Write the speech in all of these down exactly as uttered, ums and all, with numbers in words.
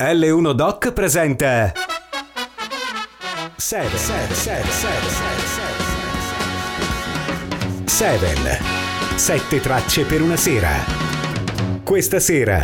L uno Doc presenta Seven Seven Seven Seven Seven Sette tracce per una sera. Questa sera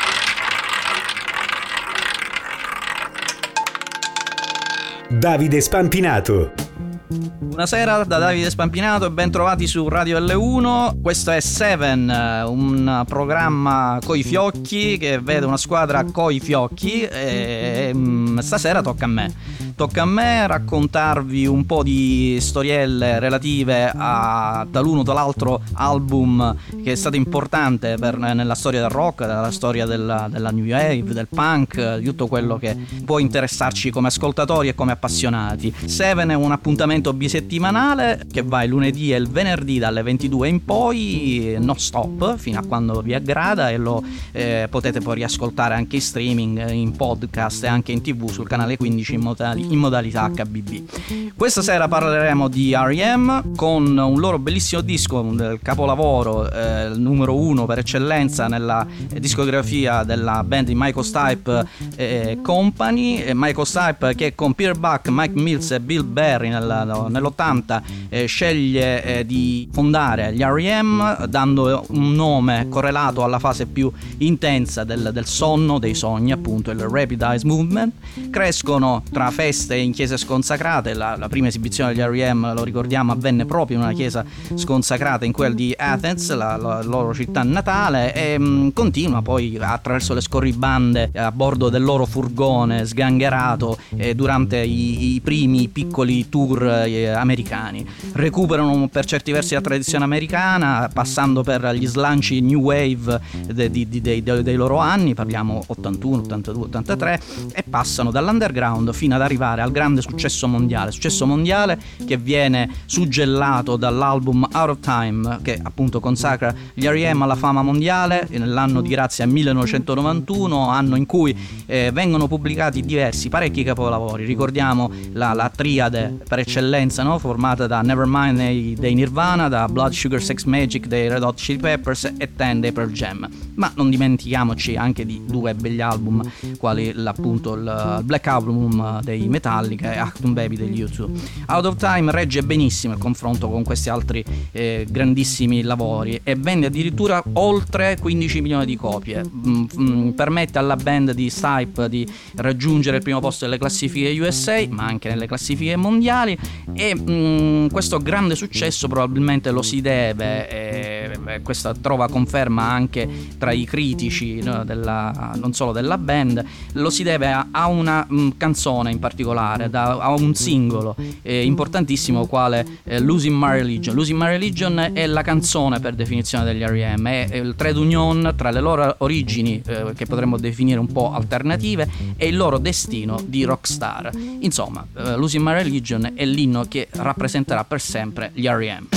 Davide Spampinato. Buonasera da Davide Spampinato e ben trovati su Radio L uno. Questo è Seven, un programma coi fiocchi che vede una squadra coi fiocchi e, e stasera tocca a me. Tocca a me raccontarvi un po' di storielle relative a dall'uno o dall'altro album che è stato importante per, nella storia del rock, nella storia della, della new wave, del punk, di tutto quello che può interessarci come ascoltatori e come appassionati. Seven è un appuntamento bisettimanale che va il lunedì e il venerdì dalle ventidue in poi, non stop, fino a quando vi aggrada, e lo eh, potete poi riascoltare anche in streaming, in podcast e anche in tv sul canale quindici in modalità in modalità H B B. Questa sera parleremo di R E M con un loro bellissimo disco, un capolavoro, eh, numero uno per eccellenza nella discografia della band di Michael Stipe eh, Company. E Michael Stipe, che con Peter Buck, Mike Mills e Bill Berry nel, nell'ottanta eh, sceglie eh, di fondare gli R E M, dando un nome correlato alla fase più intensa del, del sonno, dei sogni, appunto il Rapid Eye Movement. Crescono tra feste in chiese sconsacrate. La, la prima esibizione degli R E M, lo ricordiamo, avvenne proprio in una chiesa sconsacrata, in quella di Athens, la, la loro città natale, e mh, continua poi attraverso le scorribande a bordo del loro furgone sgangherato eh, durante i, i primi piccoli tour eh, americani. Recuperano per certi versi la tradizione americana, passando per gli slanci new wave de, de, de, de, de, dei loro anni, parliamo ottantuno, ottantadue, ottantatré, e passano dall'underground fino ad arrivare al grande successo mondiale, successo mondiale che viene suggellato dall'album Out of Time, che appunto consacra gli R E M alla fama mondiale nell'anno di grazia millenovecentonovantuno, anno in cui eh, vengono pubblicati diversi, parecchi capolavori. Ricordiamo la, la triade per eccellenza, no? Formata da Nevermind dei, dei Nirvana, da Blood Sugar Sex Magic dei Red Hot Chili Peppers e Ten dei Pearl Jam. Ma non dimentichiamoci anche di due begli album quali appunto il Black Album dei Metallica e Achtung Baby degli U due. Out of Time regge benissimo il confronto con questi altri eh, grandissimi lavori e vende addirittura oltre quindici milioni di copie. Mm, mm, permette alla band di Stipe di raggiungere il primo posto nelle classifiche U S A, ma anche nelle classifiche mondiali, e mm, questo grande successo probabilmente lo si deve, eh, questa trova conferma anche tra i critici, no, della, non solo della band, lo si deve a, a una mm, canzone in particolare, da, a un singolo eh, importantissimo quale eh, Losing My Religion. Losing My Religion è la canzone per definizione degli R E M, è il trade union tra le loro origini eh, che potremmo definire un po' alternative e il loro destino di rockstar. Insomma, eh, Losing My Religion è l'inno che rappresenterà per sempre gli R E M.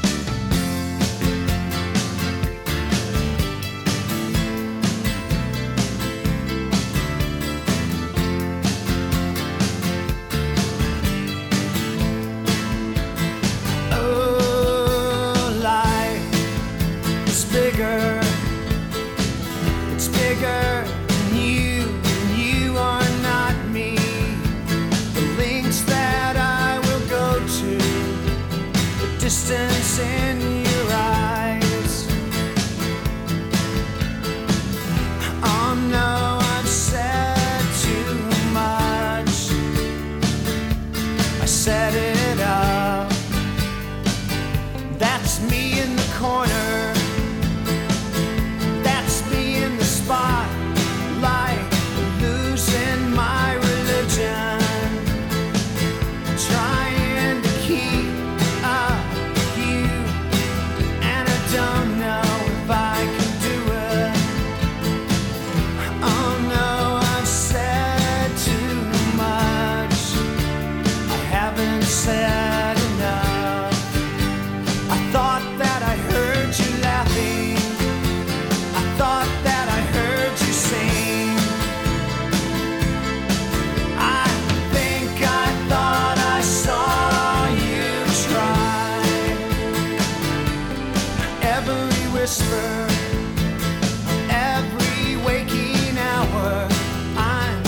Distance in your eyes. Oh no, I've said too much. I set it up. That's me in the corner. That's me in the spotlight, losing my religion. Trying to keep up. Don't know if I can do it. Oh no, I've said too much. I haven't said enough. I thought that I heard you laughing. I thought that I heard you sing. I think I thought I saw you try. Every whisper, every waking hour, I'm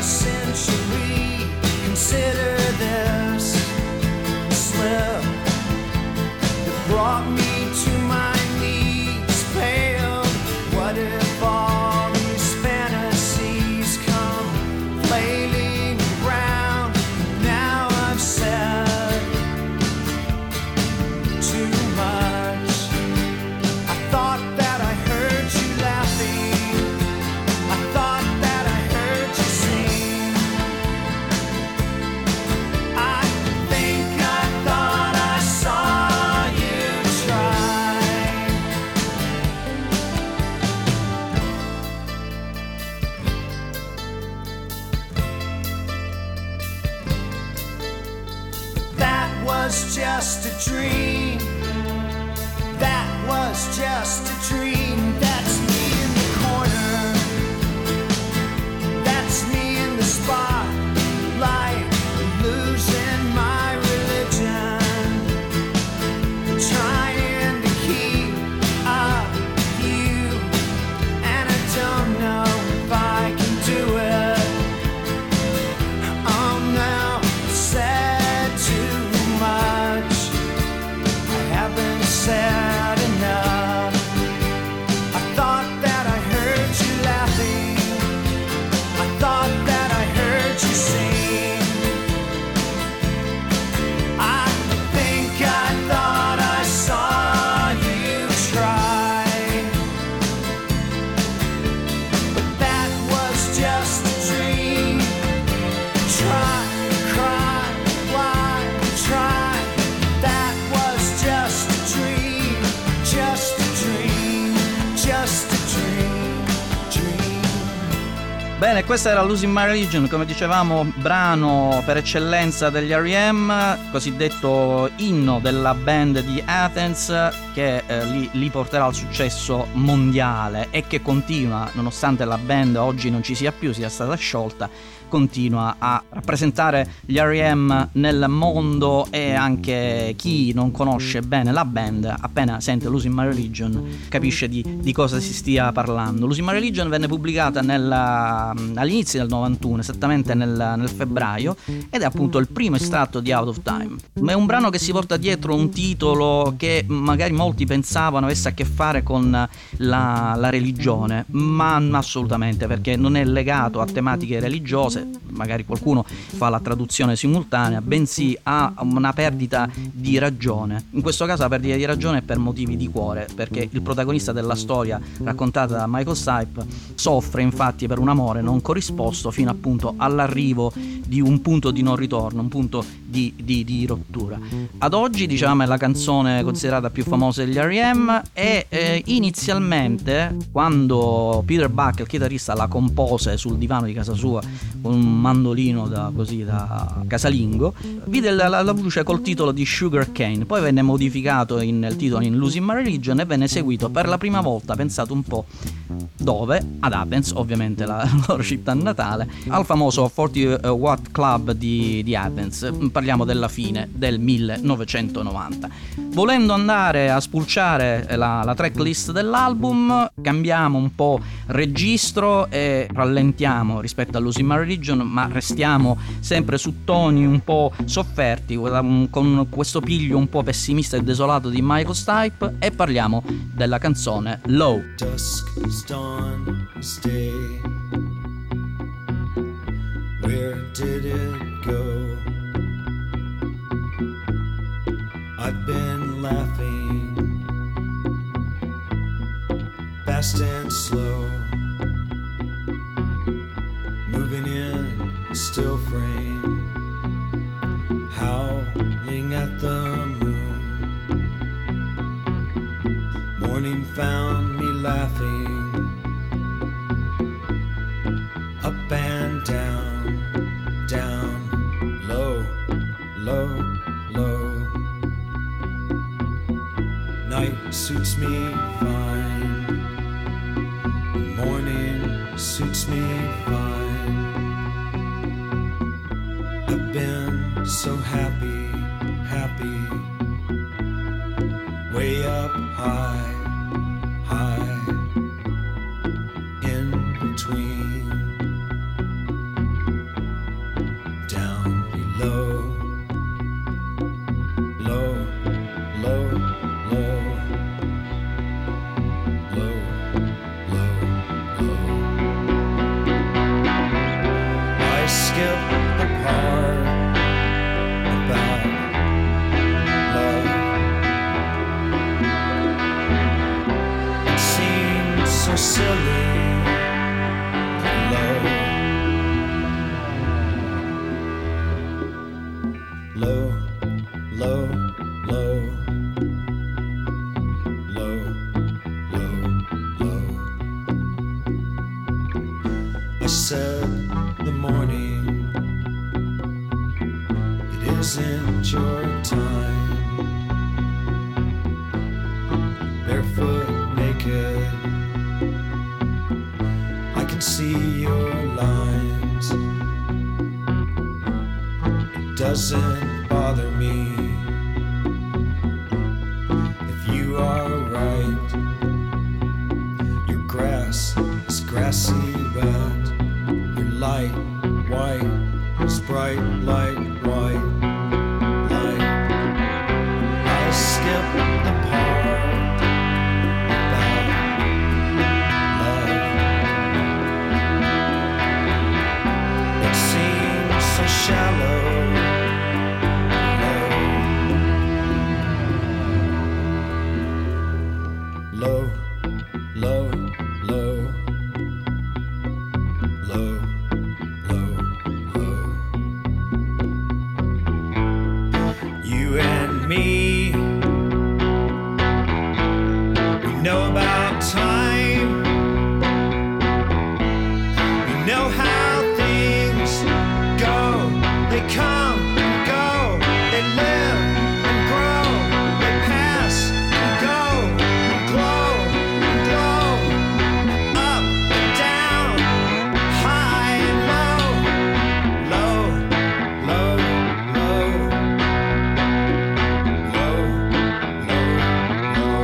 the century. Consider this slip that brought me to my knees, pale. What if all these fantasies come flailing around? Now I've said too much. I thought that I heard you laughing. I thought that I heard you sing. I think I thought I saw you try. That was just a dream. That was just a dream. That's me in the corner. That's me in the spotlight, losing my religion, trying to keep up with you, and I don't know if I can do it. Oh no, I've said too much. I haven't said enough. I thought that I heard you laughing. I thought that I heard you sing. I think I thought I saw you try. But that was just a dream. Try, cry, lie, try. That was just a dream. Just a dream. Just a dream. Dream. Bene, questa era Losing My Religion, come dicevamo, brano per eccellenza degli R E M, cosiddetto inno della band di Athens, che eh, li, li porterà al successo mondiale e che continua, nonostante la band oggi non ci sia più, sia stata sciolta, continua a rappresentare gli R E M nel mondo, e anche chi non conosce bene la band, appena sente Losing My Religion, capisce di, di cosa si stia parlando. Losing My Religion venne pubblicata nella, all'inizio del novantuno, esattamente nel, nel febbraio, ed è appunto il primo estratto di Out of Time. Ma è un brano che si porta dietro un titolo che magari molti pensavano avesse a che fare con la, la religione, ma assolutamente, perché non è legato a tematiche religiose. Magari qualcuno fa la traduzione simultanea, bensì ha una perdita di ragione. In questo caso la perdita di ragione è per motivi di cuore, perché il protagonista della storia raccontata da Michael Stipe soffre infatti per un amore non corrisposto, fino appunto all'arrivo di un punto di non ritorno, un punto di, di, di rottura. Ad oggi, diciamo, è la canzone considerata più famosa degli R E M, e eh, inizialmente, quando Peter Buck, il chitarrista, la compose sul divano di casa sua con un mandolino da, così da casalingo, vide la, la, la voce col titolo di Sugar Cane. Poi venne modificato in, il titolo in Losing My Religion e venne eseguito per la prima volta, pensate un po' dove? Ad Athens, ovviamente la loro città natale, al famoso quaranta Watt Club di, di Athens. Parliamo della fine del millenovecentonovanta. Volendo andare a spulciare la, la tracklist dell'album, cambiamo un po' registro e rallentiamo rispetto a Losing My Religion, ma restiamo sempre su toni un po' sofferti, con questo piglio un po' pessimista e desolato di Michael Stipe, e parliamo della canzone Low. Dusk is dawn is day. Where did it go? I've been laughing, fast and slow, moving in a still frame, howling at the moon. Morning found me laughing, up and down, down, low, low, low. Night suits me fine, morning suits me fine. I've been so happy, happy, way up high, high, in between. skip the part about love. It seems so silly. Low, low, low, low, low, low, low. I said the morning, it isn't your time. Barefoot, naked, I can see your lines. It doesn't bother me if you are right. Your grass is grassy red. Your light white is bright light white light. I skip the part about love. It seems so shallow. Low, low, low, low, low, low. You and me, we know about time. We know how things go. They come and go. They live and grow. They pass and go. Glow and glow. Up and down. High and low. Low, low, low. Low, low, low.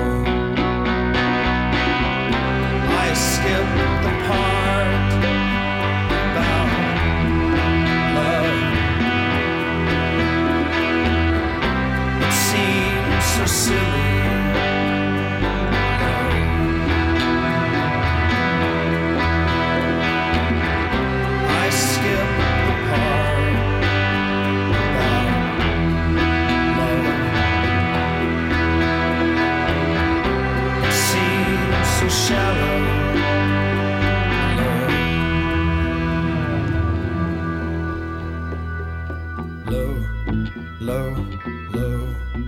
I skip the part about love. It seems so silly. I skip the part about love. It seems so shallow. Low, low, low,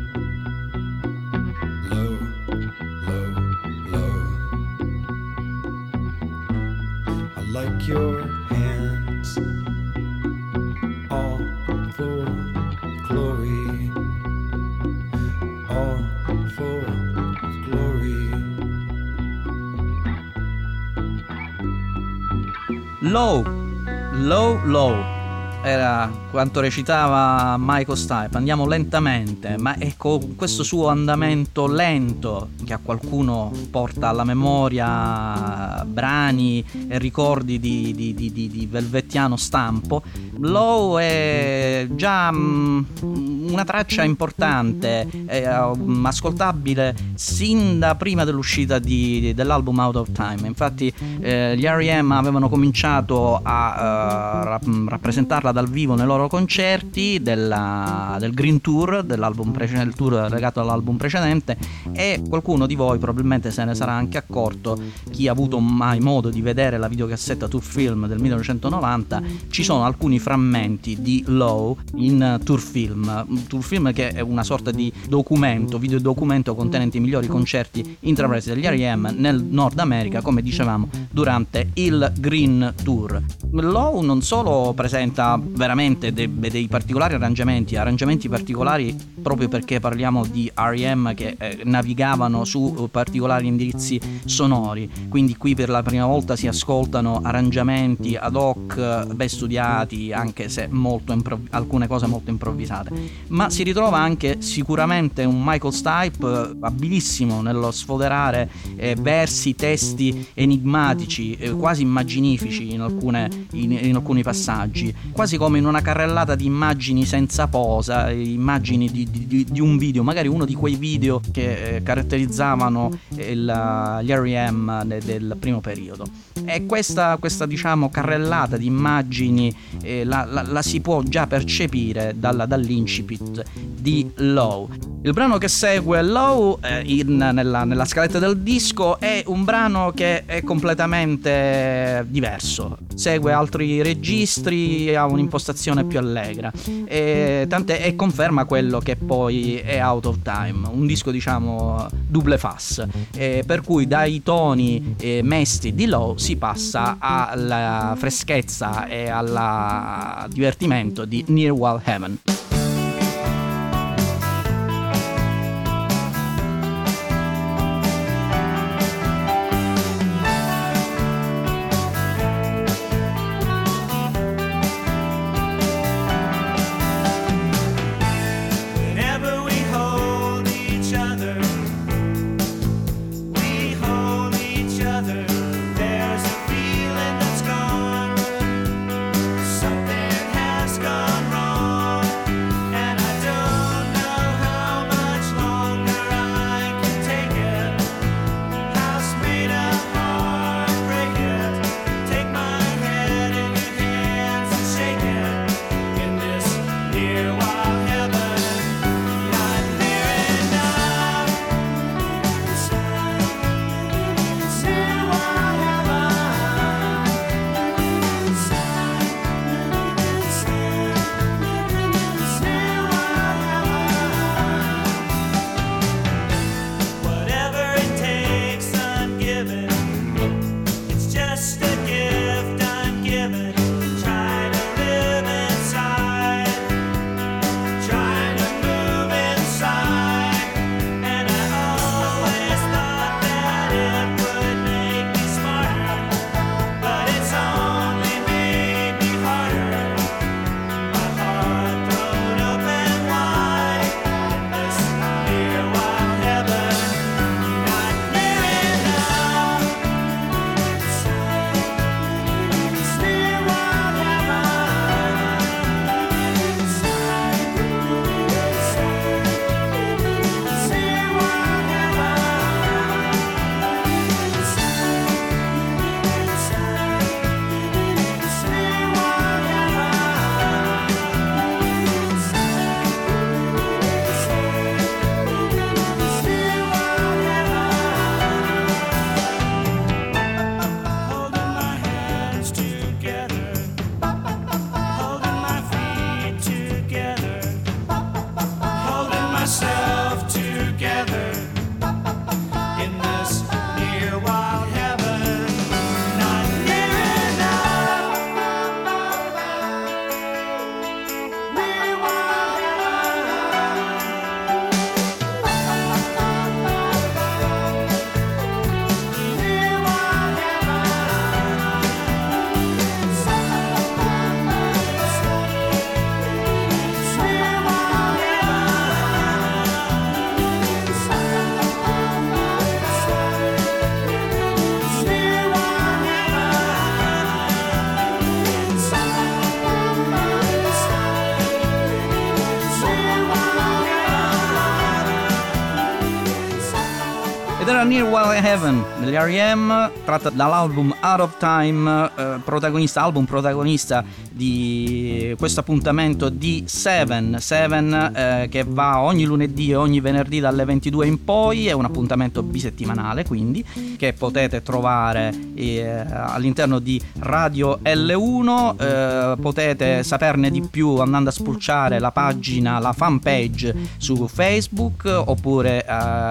low, low, low. I like your hands, all full of glory, all full of glory. Low, low, low. Era quanto recitava Michael Stipe. Andiamo lentamente, ma è con questo suo andamento lento che a qualcuno porta alla memoria brani e ricordi di, di, di, di, di velvettiano stampo. Low è già um, una traccia importante, è, um, ascoltabile sin da prima dell'uscita di, dell'album Out of Time. Infatti eh, gli R E M avevano cominciato a uh, rap- rappresentarla dal vivo nei loro concerti della, del Green Tour, dell'album precedente, il tour legato all'album precedente, e qualcuno di voi probabilmente se ne sarà anche accorto, chi ha avuto mai modo di vedere la videocassetta Tour Film del millenovecentonovanta. Ci sono alcuni frammenti di Low in Tour Film, un Tour Film che è una sorta di documento, videodocumento contenente i migliori concerti intrapresi dagli R E M nel Nord America, come dicevamo, durante il Green Tour. Low non solo presenta veramente de- dei particolari arrangiamenti, arrangiamenti particolari proprio perché parliamo di R E M che eh, navigavano su particolari indirizzi sonori, quindi qui per la prima volta si ascoltano arrangiamenti ad hoc ben studiati, anche se molto improv- alcune cose molto improvvisate, ma si ritrova anche sicuramente un Michael Stipe eh, abilissimo nello sfoderare eh, versi, testi enigmatici, eh, quasi immaginifici in, alcune, in, in alcuni passaggi, quasi quasi come in una carrellata di immagini senza posa, immagini di, di, di un video, magari uno di quei video che eh, caratterizzavano il, gli R E M de, del primo periodo. E questa, questa diciamo carrellata di immagini eh, la, la, la si può già percepire dalla, dall'incipit di Low. Il brano che segue Low eh, in, nella, nella scaletta del disco è un brano che è completamente diverso, segue altri registri, ha un'impostazione più allegra e, tant'è, e conferma quello che poi è Out of Time, un disco diciamo double face, eh, per cui dai toni eh, mesti di Low si passa alla freschezza e al divertimento di Near Wall Heaven. Era Near Wall Heaven degli R E M, tratta dall'album Out of Time, eh, protagonista, album protagonista di questo appuntamento di Seven, Seven eh, che va ogni lunedì e ogni venerdì dalle ventidue in poi, è un appuntamento bisettimanale quindi, che potete trovare eh, all'interno di Radio L uno, eh, potete saperne di più andando a spulciare la pagina, la fanpage su Facebook oppure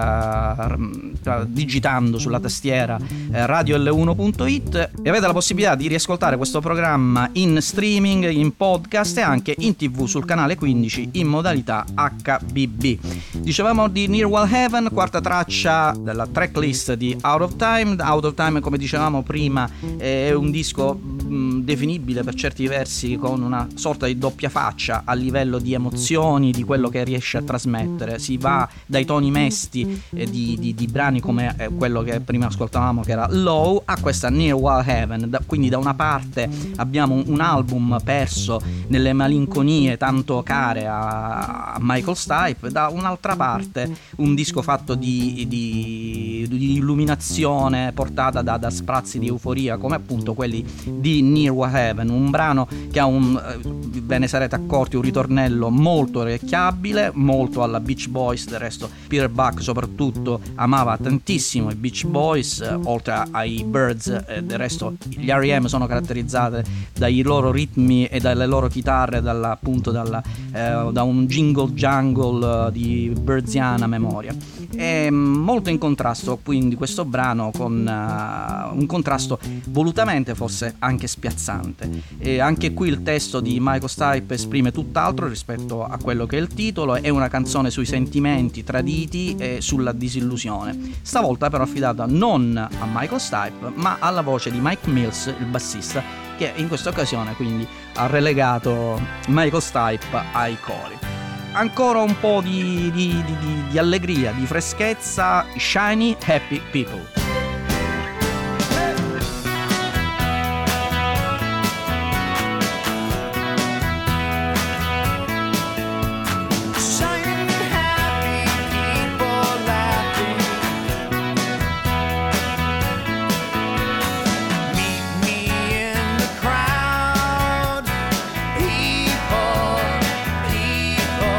eh, digitando sulla tastiera eh, radio L uno punto it e avete la possibilità di riascoltare questo programma in streaming, in podcast e anche in tv sul canale quindici in modalità H B B. Dicevamo di Near Wall Heaven, quarta traccia della tracklist di Out of Time. Out of Time, come dicevamo prima, è un disco mh, definibile per certi versi con una sorta di doppia faccia a livello di emozioni, di quello che riesce a trasmettere. Si va dai toni mesti eh, di, di, di brani come eh, quello che prima ascoltavamo, che era Low, a questa Near Wall Heaven. Da, quindi da una parte abbiamo un, un album perso nelle malinconie tanto care a, a Michael Stipe, da un'altra parte un disco fatto di, di, di illuminazione portata da, da sprazzi di euforia come appunto quelli di Near Wall Heaven, un brano che ha un, ve ne sarete accorti, un ritornello molto orecchiabile, molto alla Beach Boys. Del resto Peter Buck soprattutto amava tantissimo i Beach Boys, eh, oltre ai Birds. Eh, del resto gli R E M sono caratterizzate dai loro ritmi e dalle loro chitarre, dalla, appunto dalla, eh, da un jingle jungle eh, di birdziana memoria. È molto in contrasto quindi questo brano, con uh, un contrasto volutamente forse anche spiazzante, e anche qui il testo di Michael Stipe esprime tutt'altro rispetto a quello che è il titolo. È una canzone sui sentimenti traditi e sulla disillusione, stavolta però affidata non a Michael Stipe ma alla voce di Mike Mills, il bassista, che in questa occasione quindi ha relegato Michael Stipe ai cori. Ancora un po' di, di, di, di allegria, di freschezza, Shiny Happy People.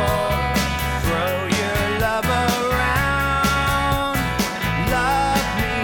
Love me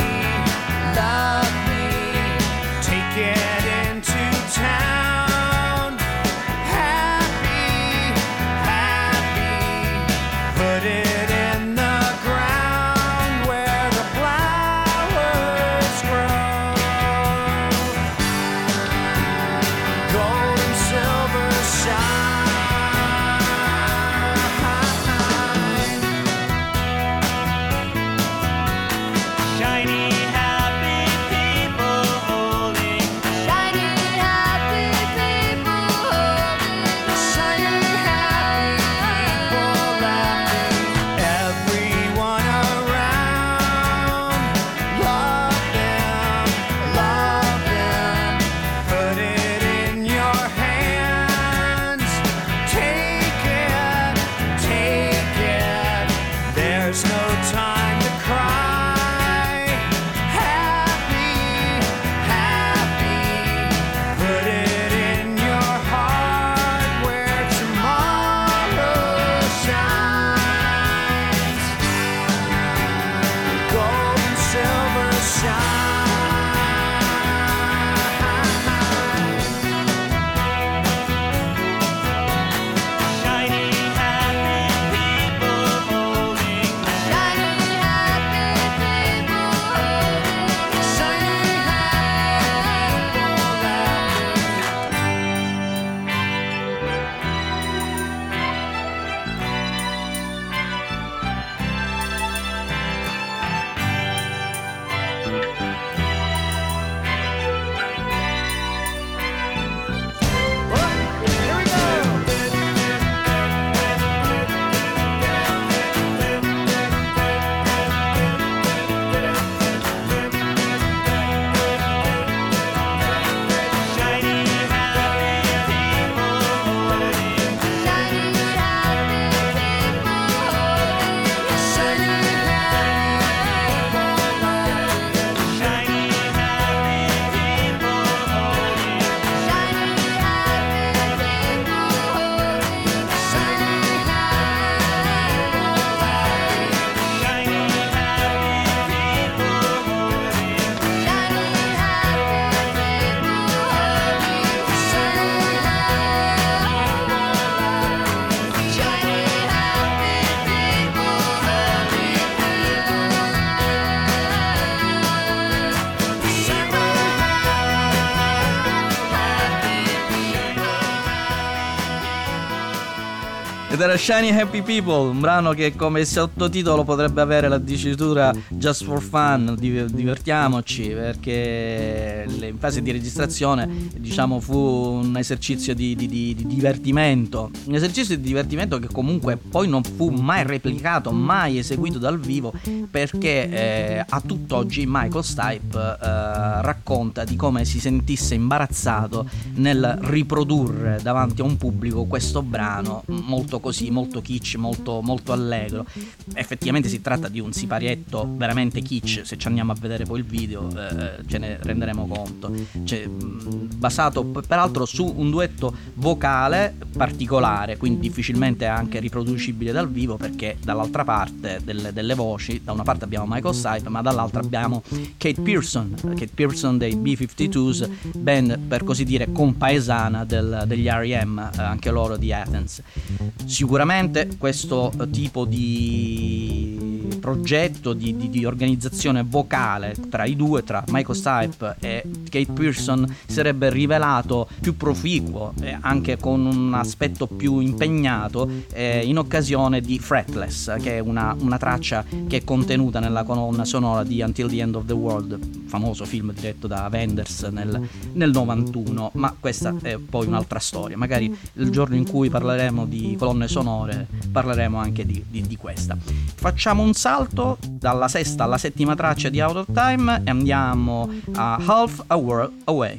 Ed era Shiny Happy People, un brano che come sottotitolo potrebbe avere la dicitura Just for Fun, divertiamoci, perché in fase di registrazione, diciamo, fu un esercizio di, di, di, di divertimento, un esercizio di divertimento che comunque poi non fu mai replicato, mai eseguito dal vivo, perché eh, a tutt'oggi Michael Stipe eh, racconta di come si sentisse imbarazzato nel riprodurre davanti a un pubblico questo brano molto così, molto kitsch, molto, molto allegro. Effettivamente si tratta di un siparietto veramente kitsch, se ci andiamo a vedere poi il video eh, ce ne renderemo conto, cioè, basato peraltro su un duetto vocale particolare, quindi difficilmente anche riproducibile dal vivo, perché dall'altra parte delle, delle voci, da una parte abbiamo Michael Stipe ma dall'altra abbiamo Kate Pearson, Kate Pearson dei B cinquantadue, band per così dire compaesana del, degli R E M, anche loro di Athens. Sicuramente questo tipo di progetto di, di, di organizzazione vocale tra i due, tra Michael Stipe e Kate Pearson, sarebbe rivelato più proficuo e anche con un aspetto più impegnato eh, in occasione di Fretless, che è una, una traccia che è contenuta nella colonna sonora di Until the End of the World, famoso film diretto da Wenders nel, nel novantuno, ma questa è poi un'altra storia. Magari il giorno in cui parleremo di colonne sonore parleremo anche di, di, di questa. Facciamo un salto dalla sesta alla settima traccia di Out of Time e andiamo a Half a World Away.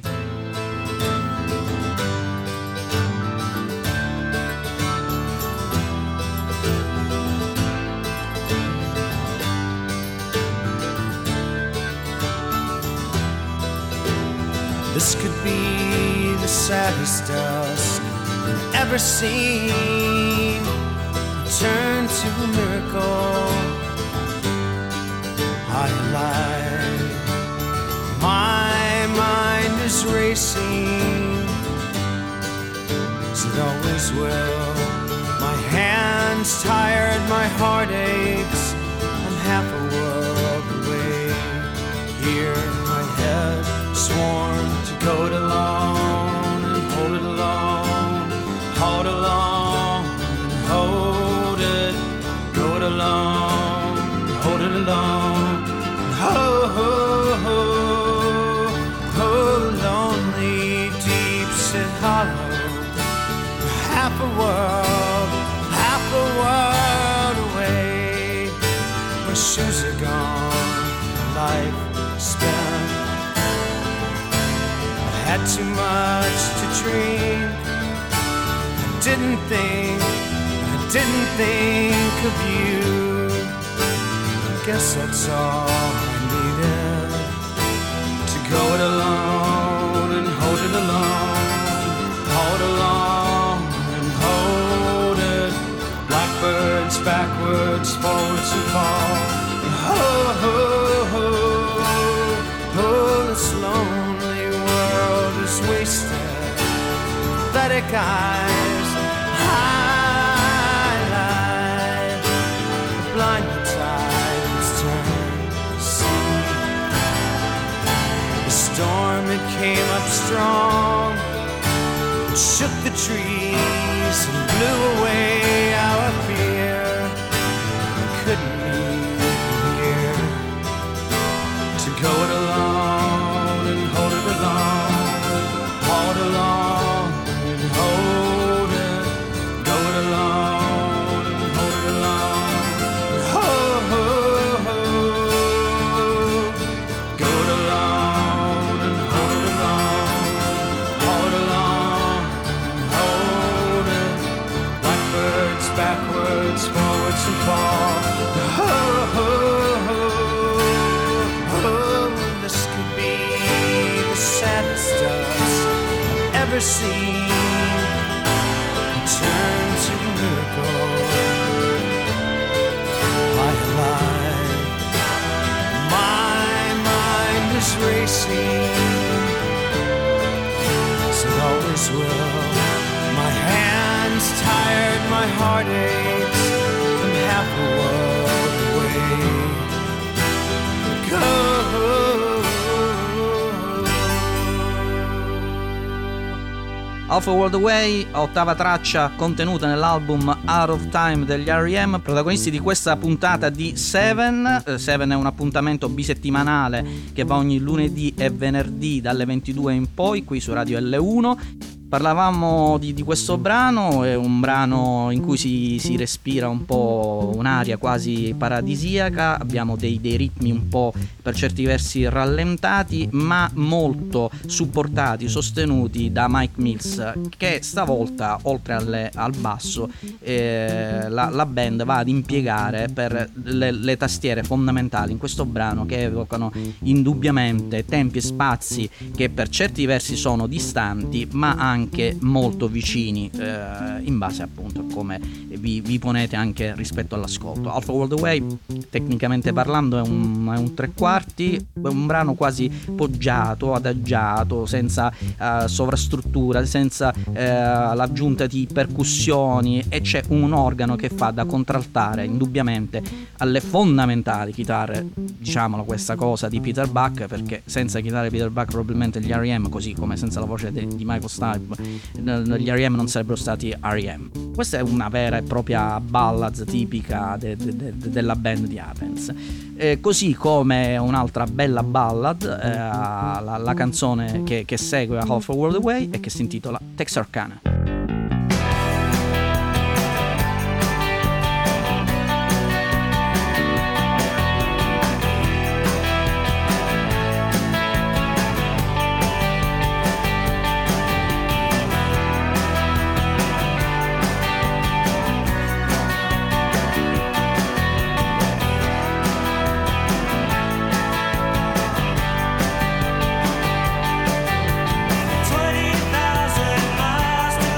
This could be the saddest dusk I've ever seen. Turn to a miracle. I lie. My mind is racing, as it always will. My hands tired, my heart aches. I'm half a world away. Here, my head sworn to go it alone and hold it alone, hold it alone, and hold it, go it alone, hold it alone, ho ho ho, ho, lonely, deep sit hollow, half a world, half a world away. My shoes are gone, life spent. Had too much to drink. I didn't think, I didn't think of you. I guess that's all I needed, to go it alone and hold it alone, hold along and hold it. Blackbirds backwards, forwards and fall. Ho ho ho, oh, this lonely world is wasted. Pathetic eyes, highlight the blinding tides turn to sea. The storm, it came up strong, it shook the trees and blew away our fear. We couldn't leave here, to go it alone and hold it alone, hold it alone and hold it, go it alone and hold it alone, ho ho ho, go it alone and hold it alone, hold it alone and hold it. Blackbirds backwards, forwards and fall. Ho ho ho. Ever seen. Turn to a miracle. I lie. My mind is racing, as it always will. My hands tired, my heart aches. I'm half a world away. Go. Half a World Away, ottava traccia contenuta nell'album Out of Time degli R E M, protagonisti di questa puntata di Seven. Seven è un appuntamento bisettimanale che va ogni lunedì e venerdì dalle ventidue in poi qui su Radio L uno. Parlavamo di, di questo brano, è un brano in cui si, si respira un po' un'aria quasi paradisiaca, abbiamo dei, dei ritmi un po' per certi versi rallentati, ma molto supportati, sostenuti da Mike Mills, che stavolta oltre alle, al basso eh, la, la band va ad impiegare per le, le tastiere fondamentali in questo brano, che evocano indubbiamente tempi e spazi che per certi versi sono distanti, ma anche anche molto vicini eh, in base appunto a come vi, vi ponete anche rispetto all'ascolto. Half a World Away, tecnicamente parlando, è un, è un tre quarti, è un brano quasi poggiato, adagiato, senza eh, sovrastruttura, senza eh, l'aggiunta di percussioni, e c'è un organo che fa da contraltare indubbiamente alle fondamentali chitarre, diciamolo questa cosa, di Peter Buck, perché senza chitarre Peter Buck probabilmente gli R E M, così come senza la voce de, di Michael Stipe, gli R E M non sarebbero stati R E M. Questa è una vera e propria ballad tipica de, de, de, della band di Athens, eh, così come un'altra bella ballad, eh, la, la canzone che, che segue a Half a World Away e che si intitola Texarkana. Twenty thousand miles to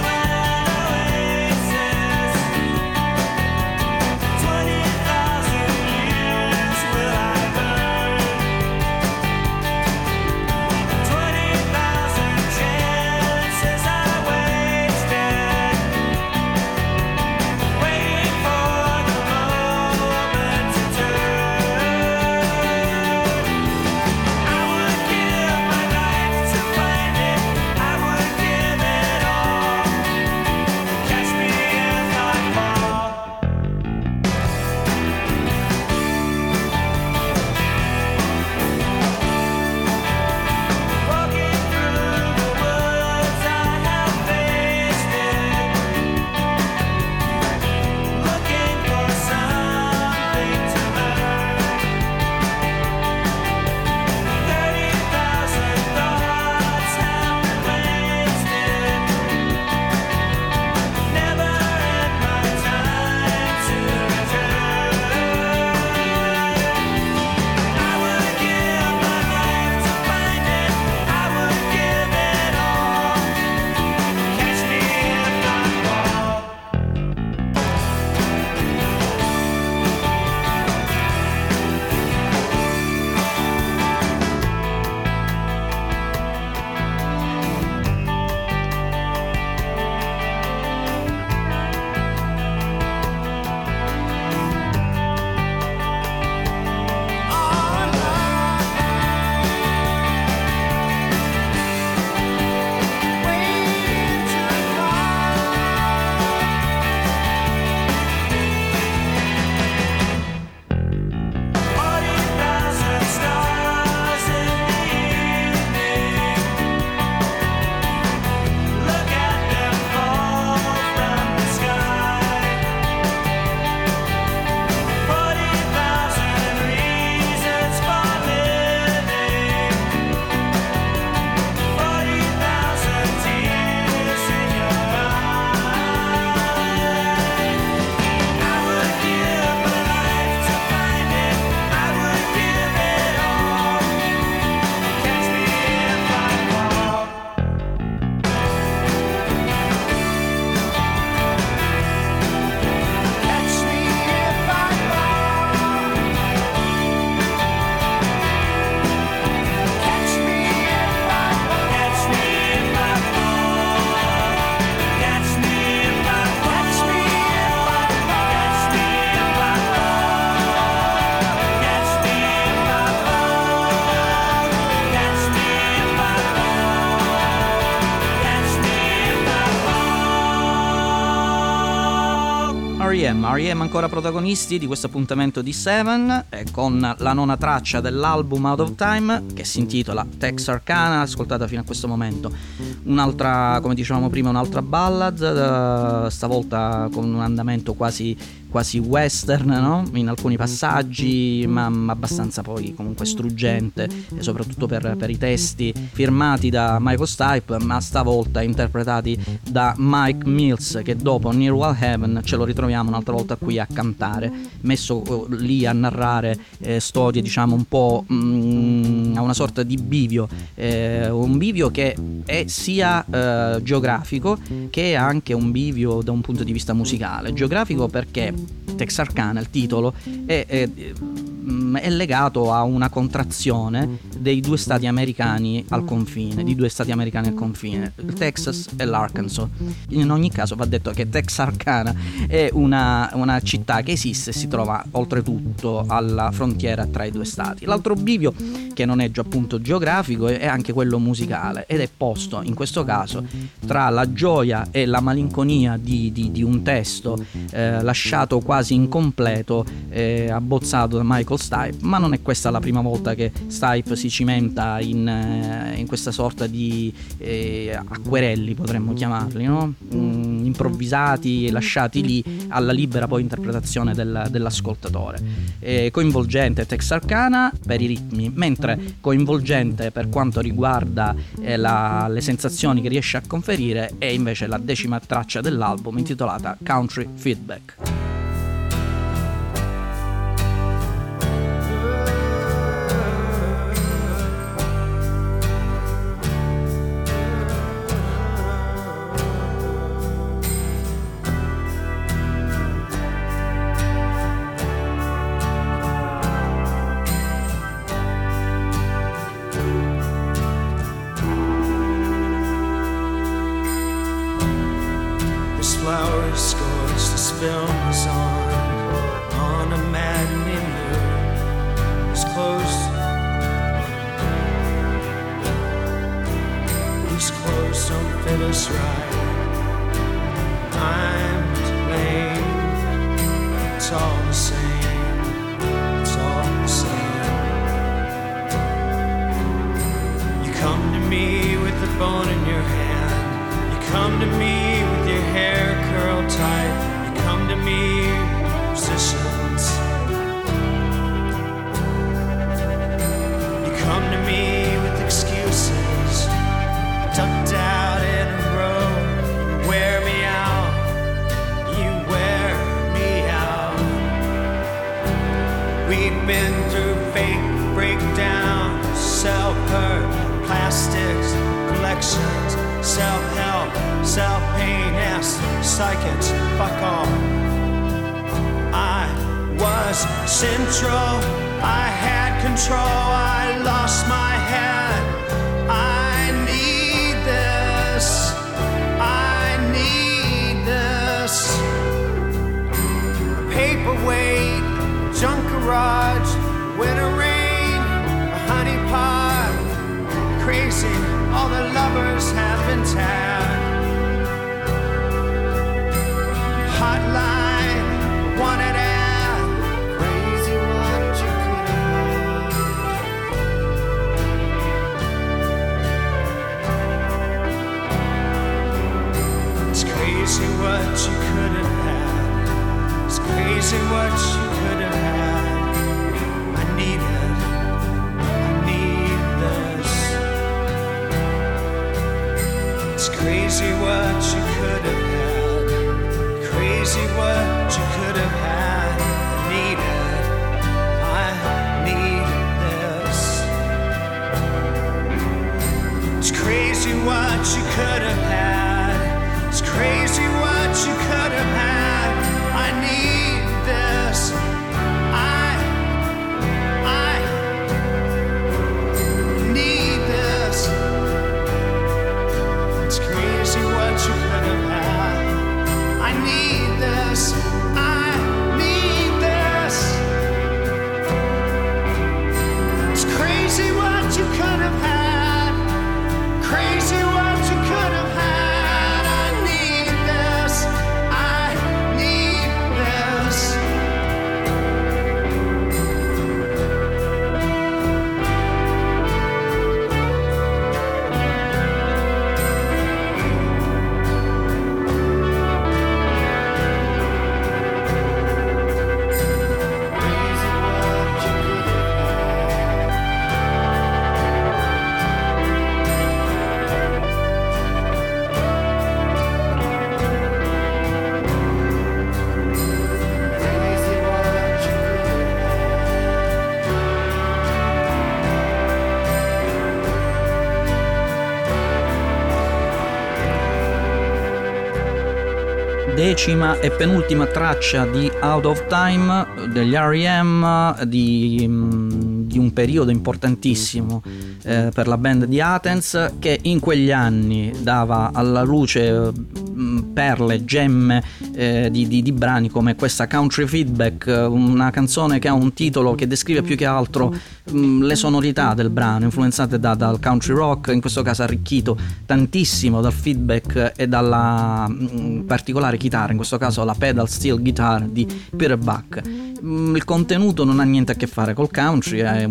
R E M, R E M ancora protagonisti di questo appuntamento di Seven, eh, con la nona traccia dell'album Out of Time, che si intitola Texarkana, ascoltata fino a questo momento. Un'altra, come dicevamo prima, un'altra ballad, eh, stavolta con un andamento quasi quasi western, no? In alcuni passaggi, ma, ma abbastanza poi comunque struggente, e soprattutto per, per i testi firmati da Michael Stipe, ma stavolta interpretati da Mike Mills, che dopo Near Wall Heaven ce lo ritroviamo un'altra volta qui a cantare, messo uh, lì a narrare eh, storie, diciamo, un po' mm, a una sorta di bivio, eh, un bivio che è sia eh, geografico che anche un bivio da un punto di vista musicale. Geografico perché Texarkana, il titolo, è, è, è legato a una contrazione dei due stati americani al confine, di due stati americani al confine, il Texas e l'Arkansas. In ogni caso va detto che Texarkana è una, una città che esiste e si trova oltretutto alla frontiera tra i due stati. L'altro bivio, che non è già appunto geografico, è anche quello musicale, ed è posto in questo caso tra la gioia e la malinconia di, di, di un testo eh, lasciato quasi incompleto, eh, abbozzato da Michael Stipe. Ma non è questa la prima volta che Stipe si cimenta in, eh, in questa sorta di eh, acquerelli, potremmo chiamarli, no? Mm, improvvisati e lasciati lì alla libera poi interpretazione del, dell'ascoltatore. Eh, coinvolgente Texarkana per i ritmi, mentre coinvolgente per quanto riguarda eh, la, le sensazioni che riesce a conferire è invece la decima traccia dell'album, intitolata Country Feedback. It's crazy what you could have had. I need this. decima e penultima traccia di Out of Time degli R E M, di, di un periodo importantissimo eh, per la band di Athens, che in quegli anni dava alla luce mh, perle, gemme eh, di, di, di brani come questa Country Feedback, una canzone che ha un titolo che descrive più che altro mh, le sonorità del brano, influenzate da, dal country rock, in questo caso arricchito tantissimo dal feedback e dalla mh, particolare chitarra, in questo caso la pedal steel guitar di Peter Buck. Mh, il contenuto non ha niente a che fare col country, è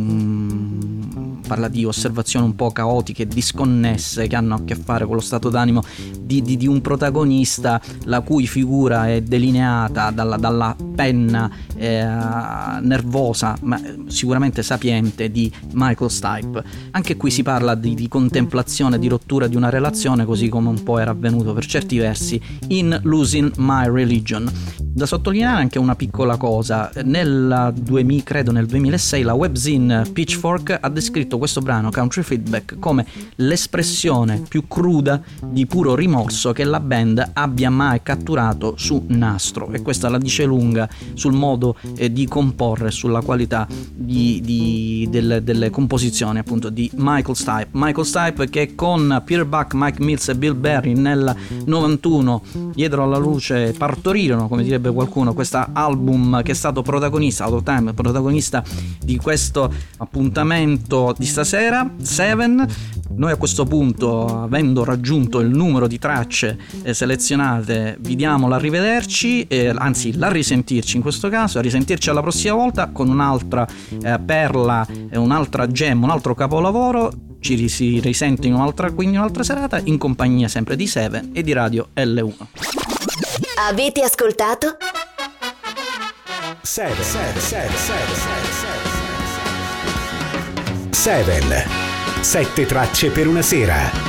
un... parla di osservazioni un po' caotiche, disconnesse, che hanno a che fare con lo stato d'animo di, di, di un protagonista la cui figura è delineata dalla, dalla penna eh, nervosa ma sicuramente sapiente di Michael Stipe. Anche qui si parla di, di contemplazione, di rottura di una relazione, così come un po' era avvenuto per certi versi in Losing My Religion. Da sottolineare anche una piccola cosa: nel duemila, credo nel duemilasei, la webzine Pitchfork ha descritto questo brano Country Feedback come l'espressione più cruda di puro rimorso che la band abbia mai catturato su nastro, e questa la dice lunga sul modo eh, di comporre, sulla qualità di, di, delle, delle composizioni appunto di Michael Stipe. Michael Stipe che con Peter Buck, Mike Mills e Bill Berry nel novantuno diedero alla luce, partorirono, come direbbe qualcuno, questo album che è stato protagonista, Out of Time, protagonista di questo appuntamento di stasera, Seven. Noi a questo punto, avendo raggiunto il numero di tracce eh, selezionate, vi diamo l'arrivederci, eh, anzi la risentirci in questo caso, a risentirci alla prossima volta con un'altra eh, perla, eh, un'altra gem, un altro capolavoro. Ci si risente in un'altra, quindi un'altra serata, in compagnia sempre di Seven e di Radio L uno. Avete ascoltato? Seven, Seven, Seven, Seven, Seven. Sette tracce per una sera.